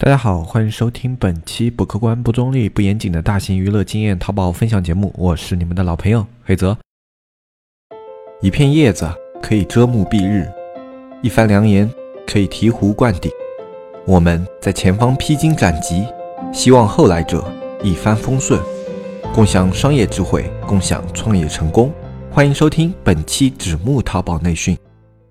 大家好，欢迎收听本期不客观、不中立、不严谨的大型娱乐经验淘宝分享节目，我是你们的老朋友黑泽。一片叶子可以遮目蔽日，一番良言可以醍醐灌顶。我们在前方披荆斩棘，希望后来者一帆风顺，共享商业智慧，共享创业成功。欢迎收听本期纸木淘宝内训。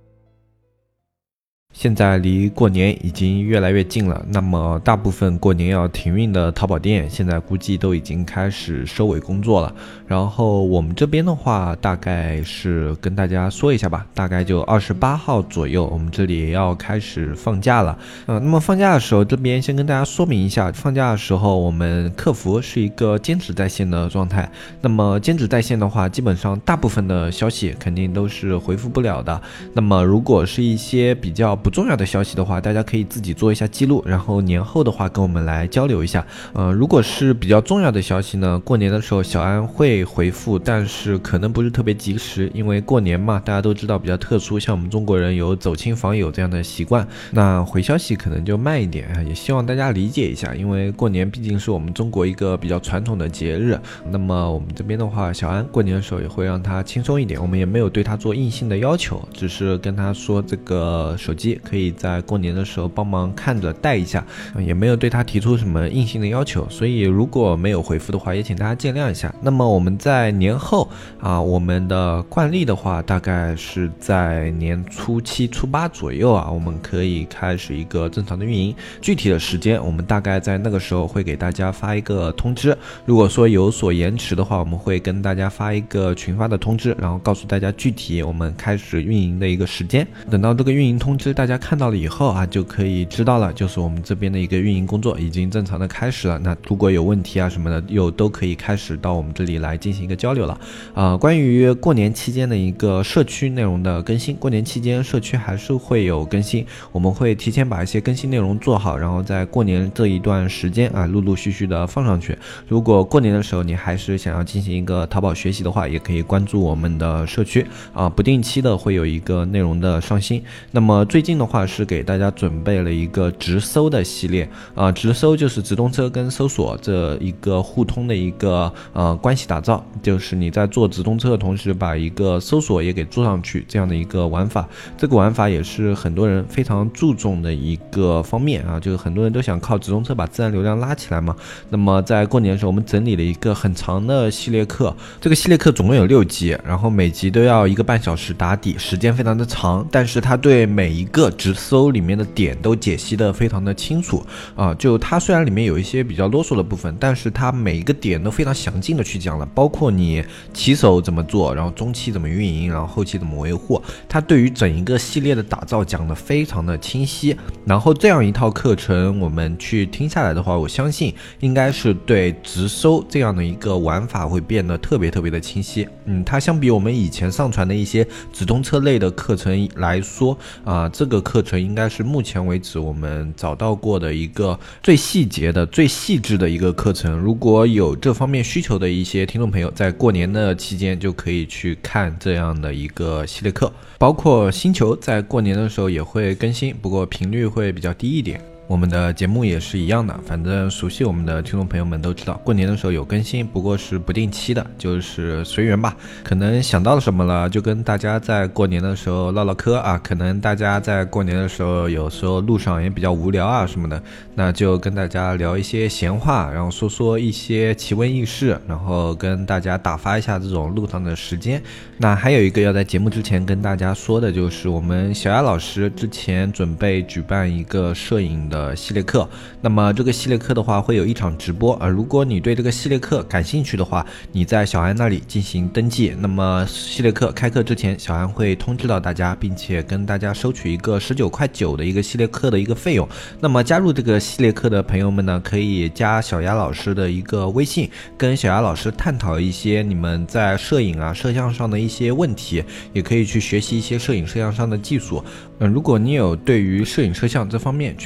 现在离过年已经越来越近了，那么大部分过年要停运的淘宝店现在估计都已经开始收尾工作了。然后我们这边的话大概是跟大家说一下吧，大概就28号左右我们这里也要开始放假了。那么放假的时候这边先跟大家说明一下，放假的时候我们客服是一个兼职在线的状态。那么兼职在线的话，基本上大部分的消息肯定都是回复不了的。那么如果是一些比较不重要的消息的话，大家可以自己做一下记录，然后年后的话跟我们来交流一下。如果是比较重要的消息呢，过年的时候小安会回复，但是可能不是特别及时，因为过年嘛，大家都知道比较特殊，像我们中国人有走亲访友这样的习惯，那回消息可能就慢一点，也希望大家理解一下，因为过年毕竟是我们中国一个比较传统的节日。那么我们这边的话，小安过年的时候也会让他轻松一点，我们也没有对他做硬性的要求，只是跟他说这个手机可以在过年的时候帮忙看着带一下，也没有对他提出什么硬性的要求，所以如果没有回复的话，也请大家见谅一下。那么我们在年后我们的惯例的话，大概是在年初7、初8左右我们可以开始一个正常的运营。具体的时间，我们大概在那个时候会给大家发一个通知。如果说有所延迟的话，我们会跟大家发一个群发的通知，然后告诉大家具体我们开始运营的一个时间。等到这个运营通知大家看到了以后就可以知道了，就是我们这边的一个运营工作已经正常的开始了。那如果有问题什么的，又都可以开始到我们这里来进行一个交流了。关于过年期间的一个社区内容的更新，过年期间社区还是会有更新，我们会提前把一些更新内容做好，然后在过年这一段时间陆陆续续的放上去。如果过年的时候你还是想要进行一个淘宝学习的话，也可以关注我们的社区不定期的会有一个内容的上新。那么最近的话是给大家准备了一个直搜的系列直搜就是直通车跟搜索这一个互通的一个关系打造，就是你在做直通车的同时把一个搜索也给做上去，这样的一个玩法。这个玩法也是很多人非常注重的一个方面就是很多人都想靠直通车把自然流量拉起来嘛。那么在过年的时候我们整理了一个很长的系列课，这个系列课总共有6集，然后每集都要1个半小时打底，时间非常的长，但是它对每一个直搜里面的点都解析的非常的清楚就它虽然里面有一些比较啰嗦的部分，但是它每一个点都非常详尽的去讲了，包括你起手怎么做，然后中期怎么运营，然后后期怎么维护，它对于整一个系列的打造讲的非常的清晰。然后这样一套课程我们去听下来的话，我相信应该是对直搜这样的一个玩法会变得特别的清晰。它相比我们以前上传的一些直通车类的课程来说这个课程应该是目前为止我们找到过的一个最细节的最细致的一个课程。如果有这方面需求的一些听众朋友，在过年的期间就可以去看这样的一个系列课。包括星球在过年的时候也会更新，不过频率会比较低一点。我们的节目也是一样的，反正熟悉我们的听众朋友们都知道，过年的时候有更新，不过是不定期的，就是随缘吧。可能想到了什么了，就跟大家在过年的时候唠唠嗑可能大家在过年的时候有时候路上也比较无聊什么的，那就跟大家聊一些闲话，然后说一些奇闻异事，然后跟大家打发一下这种路上的时间。那还有一个要在节目之前跟大家说的，就是我们小鸭老师之前准备举办一个摄影的系列课，那么这个系列课的话会有一场直播如果你对这个系列课感兴趣的话，你在小安那里进行登记，那么系列课开课之前小安会通知到大家，并且跟大家收取一个19.9块的一个系列课的一个费用。那么加入这个系列课的朋友们呢，可以加小鸭老师的一个微信，跟小鸭老师探讨一些你们在摄影摄像上的一些问题，也可以去学习一些摄影摄像上的技术。如果你有对于摄影摄像这方面去做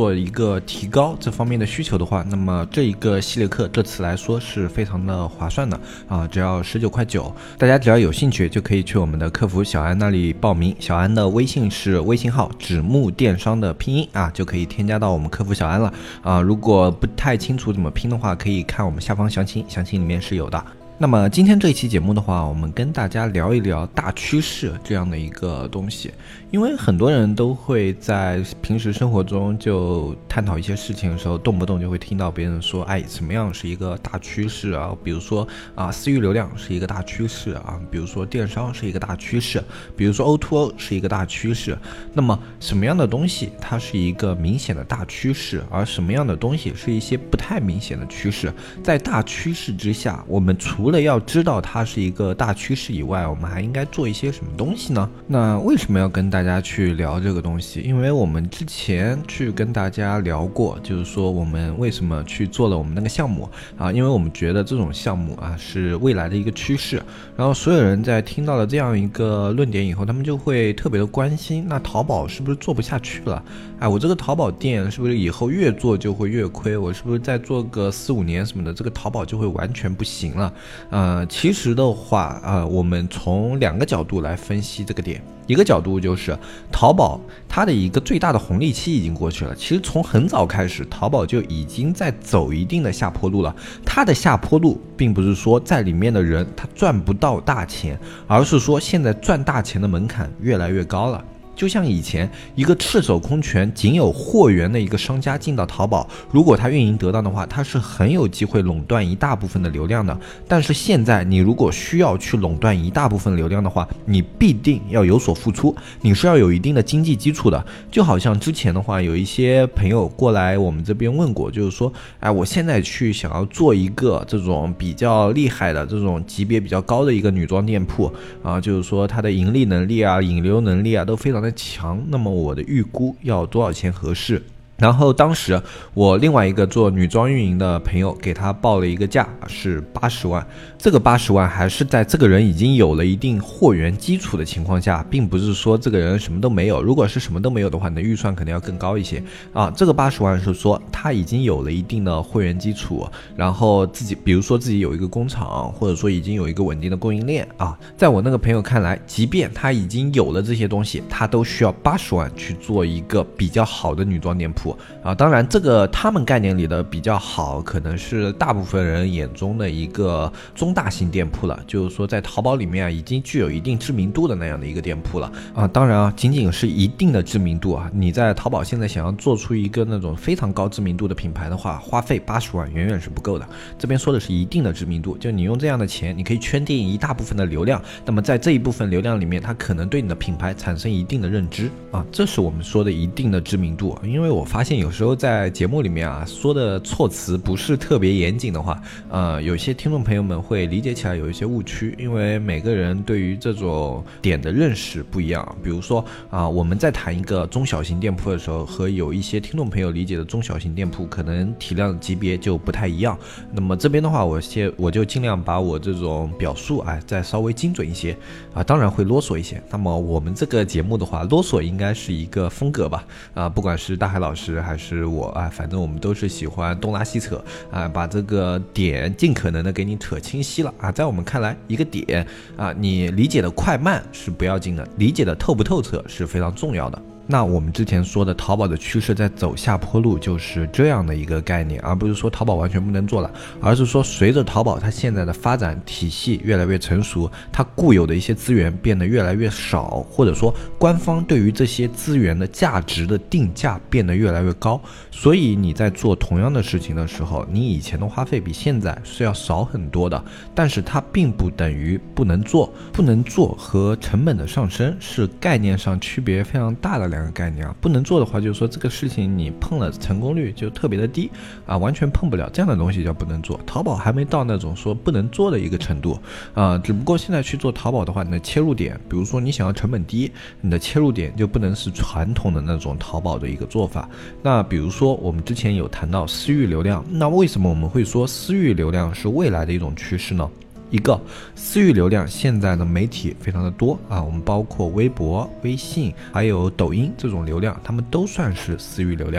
做一个提高这方面的需求的话，那么这一个系列课这次来说是非常的划算的啊，只要19.9块，大家只要有兴趣就可以去我们的客服小安那里报名，小安的微信是微信号指木电商的拼音啊，就可以添加到我们客服小安了啊。如果不太清楚怎么拼的话，可以看我们下方详情里面是有的。那么今天这一期节目的话，我们跟大家聊一聊大趋势这样的一个东西，因为很多人都会在平时生活中就探讨一些事情的时候，动不动就会听到别人说，哎，什么样是一个大趋势啊？比如说私域流量是一个大趋势啊，比如说电商是一个大趋势，比如说 O2O 是一个大趋势。那么什么样的东西它是一个明显的大趋势，而什么样的东西是一些不太明显的趋势？在大趋势之下，我们除了要知道它是一个大趋势以外，我们还应该做一些什么东西呢？那为什么要跟大家去聊这个东西？因为我们之前去跟大家聊过，就是说我们为什么去做了我们那个项目啊？因为我们觉得这种项目啊是未来的一个趋势，然后所有人在听到了这样一个论点以后，他们就会特别的关心，那淘宝是不是做不下去了？哎，我这个淘宝店是不是以后越做就会越亏？我是不是再做个4-5年什么的，这个淘宝就会完全不行了？其实的话我们从2个角度来分析这个点。一个角度就是淘宝它的一个最大的红利期已经过去了，其实从很早开始淘宝就已经在走一定的下坡路了。它的下坡路并不是说在里面的人他赚不到大钱，而是说现在赚大钱的门槛越来越高了。就像以前一个赤手空拳仅有货源的一个商家进到淘宝，如果他运营得当的话，他是很有机会垄断一大部分的流量的。但是现在你如果需要去垄断一大部分流量的话，你必定要有所付出，你是要有一定的经济基础的。就好像之前的话，有一些朋友过来我们这边问过，就是说哎，我现在去想要做一个这种比较厉害的这种级别比较高的一个女装店铺啊，就是说它的盈利能力啊引流能力啊都非常的强，那么我的预估要多少钱合适？然后当时我另外一个做女装运营的朋友给他报了一个价是80万，这个80万还是在这个人已经有了一定货源基础的情况下，并不是说这个人什么都没有。如果是什么都没有的话，你的预算肯定要更高一些啊。这个80万是说他已经有了一定的货源基础，然后自己比如说自己有一个工厂，或者说已经有一个稳定的供应链啊。在我那个朋友看来，即便他已经有了这些东西，他都需要80万去做一个比较好的女装店铺啊。当然这个他们概念里的比较好，可能是大部分人眼中的一个中大型店铺了，就是说在淘宝里面已经具有一定知名度的那样的一个店铺了啊。当然仅仅是一定的知名度啊，你在淘宝现在想要做出一个那种非常高知名度的品牌的话，花费80万远远是不够的。这边说的是一定的知名度，就你用这样的钱，你可以圈定一大部分的流量，那么在这一部分流量里面，它可能对你的品牌产生一定的认知啊，这是我们说的一定的知名度。因为我发现有时候在节目里面说的措辞不是特别严谨的话，有些听众朋友们会理解起来有一些误区，因为每个人对于这种点的认识不一样。比如说我们在谈一个中小型店铺的时候，和有一些听众朋友理解的中小型店铺可能体量级别就不太一样。那么这边的话，我就尽量把我这种表述再稍微精准一些当然会啰嗦一些。那么我们这个节目的话，啰嗦应该是一个风格吧不管是大海老师还是我反正我们都是喜欢东拉西扯把这个点尽可能的给你扯清晰了在我们看来，一个点你理解的快慢是不要紧的，理解的透不透彻是非常重要的。那我们之前说的淘宝的趋势在走下坡路，就是这样的一个概念，而不是说淘宝完全不能做了，而是说随着淘宝它现在的发展体系越来越成熟，它固有的一些资源变得越来越少，或者说官方对于这些资源的价值的定价变得越来越高，所以你在做同样的事情的时候，你以前的花费比现在是要少很多的，但是它并不等于不能做，不能做和成本的上升是概念上区别非常大的两个概念不能做的话，就是说这个事情你碰了成功率就特别的低完全碰不了，这样的东西叫不能做。淘宝还没到那种说不能做的一个程度只不过现在去做淘宝的话，你的切入点，比如说你想要成本低，你的切入点就不能是传统的那种淘宝的一个做法。那比如说我们之前有谈到私域流量，那为什么我们会说私域流量是未来的一种趋势呢？一个私域流量现在的媒体非常的多我们包括微博、微信还有抖音这种流量，他们都算是私域流量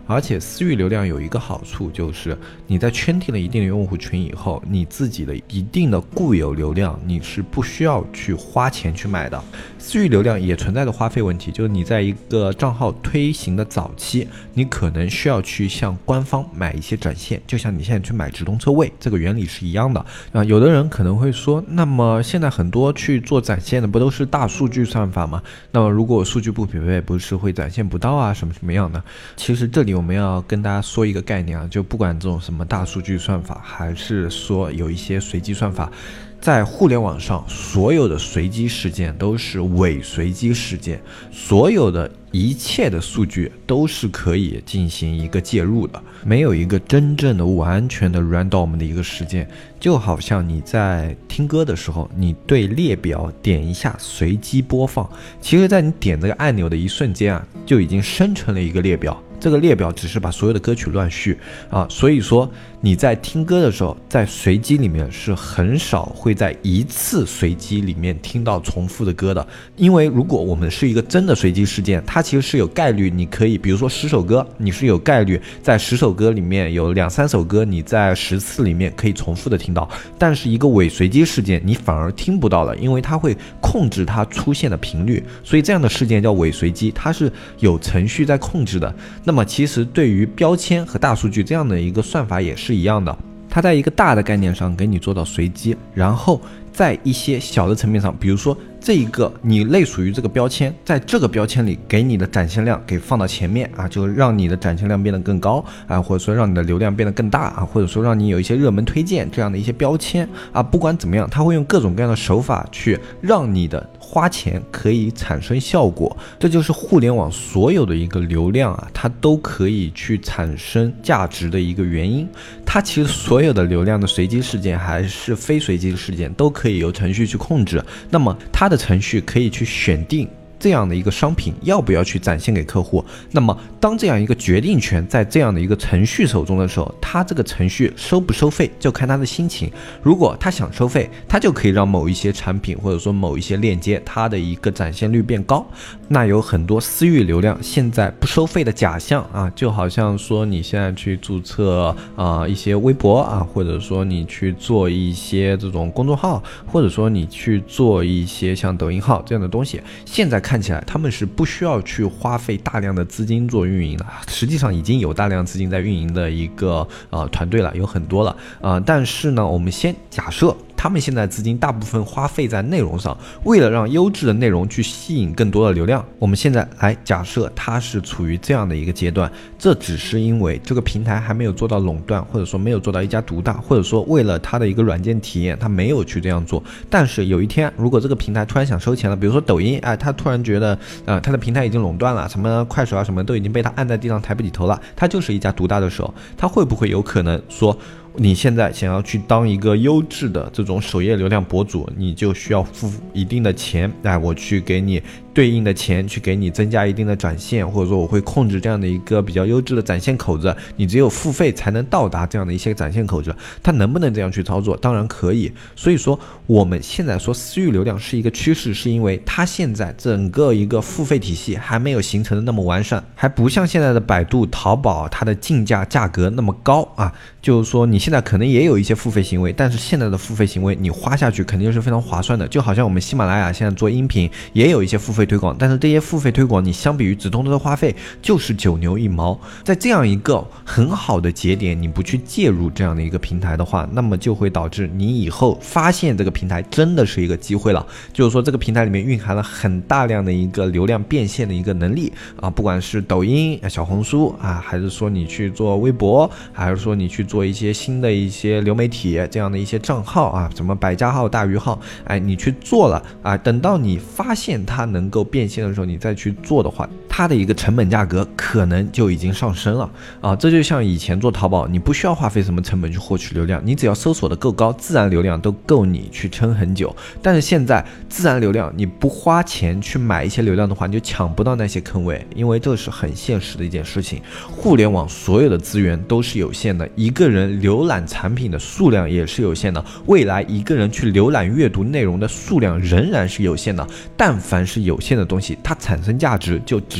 而且私域流量有一个好处，就是你在圈定了一定的用户群以后，你自己的一定的固有流量你是不需要去花钱去买的。私域流量也存在的花费问题，就是你在一个账号推行的早期，你可能需要去向官方买一些展现，就像你现在去买直通车位，这个原理是一样的。有的人可能会说，那么现在很多去做展现的不都是大数据算法吗？那么如果数据不匹配，不是会展现不到啊，什么样的？其实这里我们要跟大家说一个概念啊，就不管这种什么大数据算法，还是说有一些随机算法，在互联网上所有的随机事件都是伪随机事件，所有的一切的数据都是可以进行一个介入的，没有一个真正的完全的 random 的一个事件。就好像你在听歌的时候，你对列表点一下随机播放，其实在你点这个按钮的一瞬间啊，就已经生成了一个列表，这个列表只是把所有的歌曲乱序啊，所以说你在听歌的时候，在随机里面是很少会在一次随机里面听到重复的歌的。因为如果我们是一个真的随机事件，它其实是有概率，你可以比如说10首歌，你是有概率在10首歌里面有2-3首歌你在10次里面可以重复的听到，但是一个伪随机事件你反而听不到了，因为它会控制它出现的频率，所以这样的事件叫伪随机，它是有程序在控制的。那么其实对于标签和大数据这样的一个算法也是一样的，它在一个大的概念上给你做到随机，然后在一些小的层面上，比如说这一个你类属于这个标签，在这个标签里给你的展现量给放到前面啊，就让你的展现量变得更高啊，或者说让你的流量变得更大啊，或者说让你有一些热门推荐这样的一些标签啊，不管怎么样，它会用各种各样的手法去让你的花钱可以产生效果。这就是互联网所有的一个流量啊，它都可以去产生价值的一个原因。它其实所有的流量的随机事件还是非随机事件都可以由程序去控制，那么它的程序可以去选定这样的一个商品要不要去展现给客户，那么当这样一个决定权在这样的一个程序手中的时候，他这个程序收不收费就看他的心情。如果他想收费，他就可以让某一些产品或者说某一些链接它的一个展现率变高。那有很多私域流量现在不收费的假象啊，就好像说你现在去注册一些微博啊，或者说你去做一些这种公众号，或者说你去做一些像抖音号这样的东西，现在看起来他们是不需要去花费大量的资金做运营的，实际上已经有大量资金在运营的一个团队了，有很多了但是呢，我们先假设他们现在资金大部分花费在内容上，为了让优质的内容去吸引更多的流量，我们现在来假设它是处于这样的一个阶段，这只是因为这个平台还没有做到垄断，或者说没有做到一家独大，或者说为了它的一个软件体验它没有去这样做。但是有一天如果这个平台突然想收钱了，比如说抖音它突然觉得它的平台已经垄断了，什么快手啊什么都已经被它按在地上抬不起头了，它就是一家独大的时候，它会不会有可能说你现在想要去当一个优质的这种首页流量博主，你就需要付一定的钱，我去给你对应的钱去给你增加一定的展现，或者说我会控制这样的一个比较优质的展现口子，你只有付费才能到达这样的一些展现口子。它能不能这样去操作？当然可以。所以说我们现在说私域流量是一个趋势，是因为它现在整个一个付费体系还没有形成的那么完善，还不像现在的百度、淘宝它的竞价价格那么高就是说你现在可能也有一些付费行为，但是现在的付费行为你花下去肯定是非常划算的。就好像我们喜马拉雅现在做音频也有一些付费推广，但是这些付费推广你相比于直通车的花费就是9牛1毛。在这样一个很好的节点，你不去介入这样的一个平台的话，那么就会导致你以后发现这个平台真的是一个机会了，就是说这个平台里面蕴含了很大量的一个流量变现的一个能力不管是抖音、小红书还是说你去做微博，还是说你去做一些新的一些流媒体这样的一些账号什么百家号、大鱼号你去做了等到你发现它能够变现的时候，你再去做的话，它的一个成本价格可能就已经上升了这就像以前做淘宝，你不需要花费什么成本去获取流量，你只要搜索的够高，自然流量都够你去撑很久。但是现在自然流量你不花钱去买一些流量的话，你就抢不到那些坑位，因为这是很现实的一件事情。互联网所有的资源都是有限的，一个人浏览产品的数量也是有限的，未来一个人去浏览阅读内容的数量仍然是有限的。但凡是有限的东西，它产生价值就只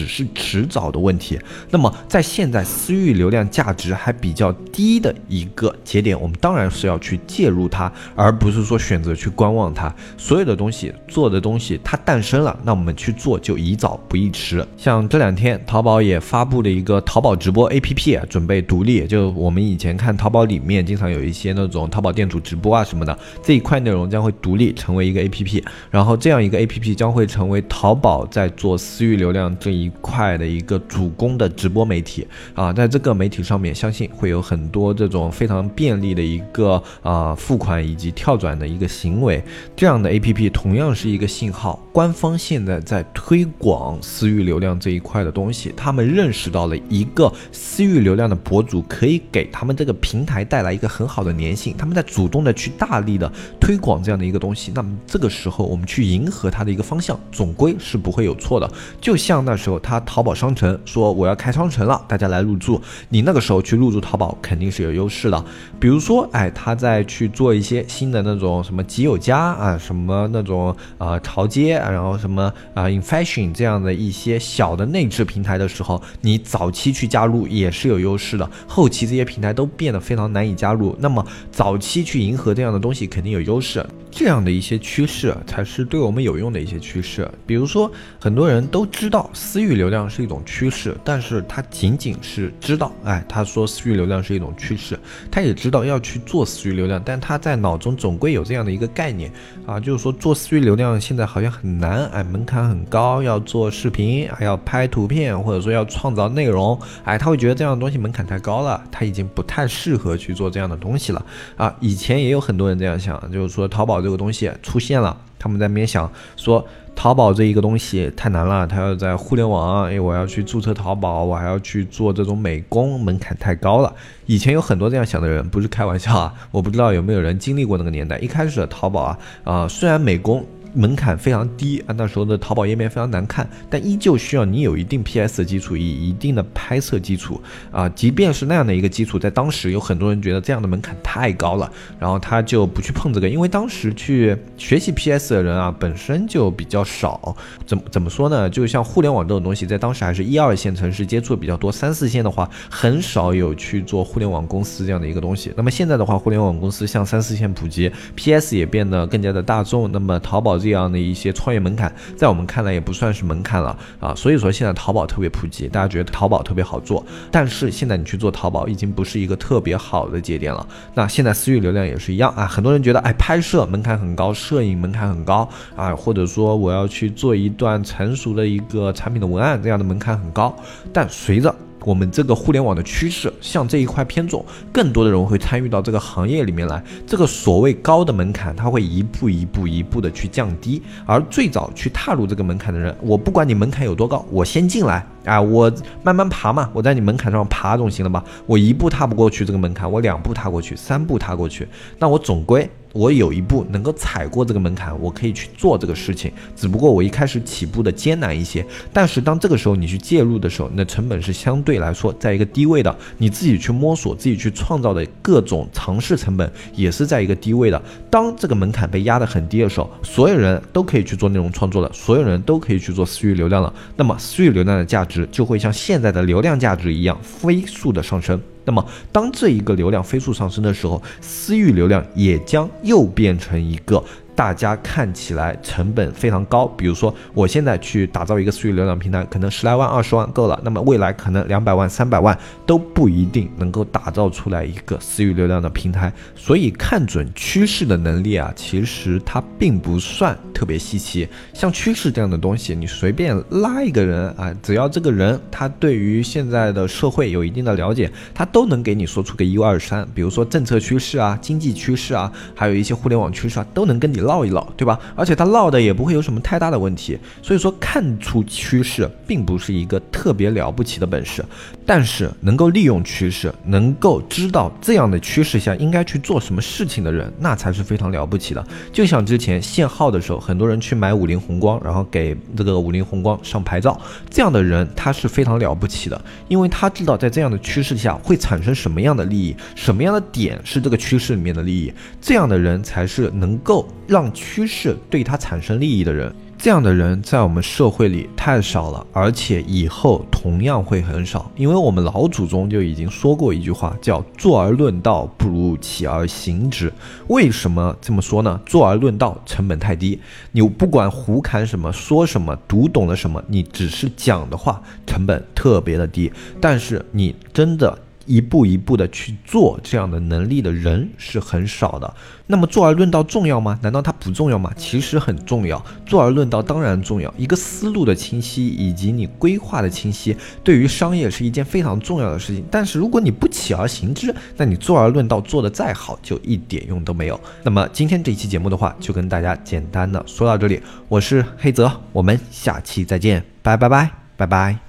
是迟早的问题。那么在现在私域流量价值还比较低的一个节点，我们当然是要去介入它，而不是说选择去观望它。所有的东西做的东西它诞生了，那我们去做就宜早不宜迟。像这2天淘宝也发布了一个淘宝直播 APP， 准备独立，就我们以前看淘宝里面经常有一些那种淘宝店主直播啊什么的，这一块内容将会独立成为一个 APP， 然后这样一个 APP 将会成为淘宝在做私域流量这一块的一个主攻的直播媒体啊，在这个媒体上面相信会有很多这种非常便利的一个付款以及跳转的一个行为。这样的 APP 同样是一个信号，官方现在在推广私域流量这一块的东西，他们认识到了一个私域流量的博主可以给他们这个平台带来一个很好的粘性，他们在主动的去大力的推广这样的一个东西，那么这个时候我们去迎合它的一个方向总归是不会有错的。就像那时候他淘宝商城说我要开商城了，大家来入驻，你那个时候去入驻淘宝肯定是有优势的。比如说他在去做一些新的那种什么极有家啊，什么那种潮街然后什么in fashion 这样的一些小的内置平台的时候，你早期去加入也是有优势的，后期这些平台都变得非常难以加入，那么早期去迎合这样的东西肯定有优势。这样的一些趋势才是对我们有用的一些趋势。比如说很多人都知道私域流量是一种趋势，但是他仅仅是知道他说私域流量是一种趋势，他也知道要去做私域流量，但他在脑中总归有这样的一个概念就是说做私域流量现在好像很难门槛很高，要做视频还要拍图片，或者说要创造内容他会觉得这样的东西门槛太高了，他已经不太适合去做这样的东西了以前也有很多人这样想，就是说淘宝这个东西出现了，他们在那边想说淘宝这一个东西太难了，他要在互联网我要去注册淘宝，我还要去做这种美工，门槛太高了。以前有很多这样想的人，不是开玩笑我不知道有没有人经历过那个年代。一开始的淘宝虽然美工门槛非常低那时候的淘宝页面非常难看，但依旧需要你有一定 PS 的基础，以一定的拍摄基础即便是那样的一个基础，在当时有很多人觉得这样的门槛太高了，然后他就不去碰这个，因为当时去学习 PS 的人本身就比较少。怎么说呢，就像互联网这种东西在当时还是1、2线城市接触的比较多，3、4线的话很少有去做互联网公司这样的一个东西。那么现在的话，互联网公司向3、4线普及， PS 也变得更加的大众，那么淘宝这样的一些创业门槛在我们看来也不算是门槛了所以说现在淘宝特别普及，大家觉得淘宝特别好做，但是现在你去做淘宝已经不是一个特别好的节点了。那现在私域流量也是一样很多人觉得拍摄门槛很高，摄影门槛很高或者说我要去做一段成熟的一个产品的文案，这样的门槛很高，但随着我们这个互联网的趋势向这一块偏重，更多的人会参与到这个行业里面来，这个所谓高的门槛它会一步的去降低，而最早去踏入这个门槛的人，我不管你门槛有多高，我先进来我慢慢爬嘛，我在你门槛上爬总行了吧，我1步踏不过去这个门槛，我2步踏过去，3步踏过去，那我总归我有一步能够踩过这个门槛，我可以去做这个事情，只不过我一开始起步的艰难一些，但是当这个时候你去介入的时候，那成本是相对来说在一个低位的，你自己去摸索自己去创造的各种尝试成本也是在一个低位的。当这个门槛被压得很低的时候，所有人都可以去做内容创作了，所有人都可以去做私域流量了，那么私域流量的价值就会像现在的流量价值一样飞速的上升。那么当这一个流量飞速上升的时候，私域流量也将又变成一个大家看起来成本非常高，比如说我现在去打造一个私域流量平台，可能10来万20万够了，那么未来可能200万300万都不一定能够打造出来一个私域流量的平台。所以看准趋势的能力其实它并不算特别稀奇，像趋势这样的东西你随便拉一个人只要这个人他对于现在的社会有一定的了解，他都能给你说出个1、2、3，比如说政策趋势经济趋势还有一些互联网趋势都能跟你唠一唠，对吧？而且他唠的也不会有什么太大的问题。所以说看出趋势并不是一个特别了不起的本事，但是能够利用趋势，能够知道这样的趋势下应该去做什么事情的人，那才是非常了不起的。就像之前限号的时候，很多人去买50宏光，然后给这个50宏光上牌照，这样的人他是非常了不起的，因为他知道在这样的趋势下会产生什么样的利益，什么样的点是这个趋势里面的利益，这样的人才是能够让让趋势对他产生利益的人。这样的人在我们社会里太少了，而且以后同样会很少。因为我们老祖宗就已经说过一句话，叫坐而论道，不如起而行之。为什么这么说呢？坐而论道成本太低，你不管胡侃什么说什么读懂了什么，你只是讲的话成本特别的低，但是你真的一步一步的去做这样的能力的人是很少的。那么坐而论道重要吗？难道它不重要吗？其实很重要。坐而论道当然重要，一个思路的清晰以及你规划的清晰，对于商业是一件非常重要的事情。但是如果你不起而行之，那你坐而论道做得再好，就一点用都没有。那么今天这一期节目的话，就跟大家简单的说到这里。我是黑泽，我们下期再见，拜拜拜拜拜。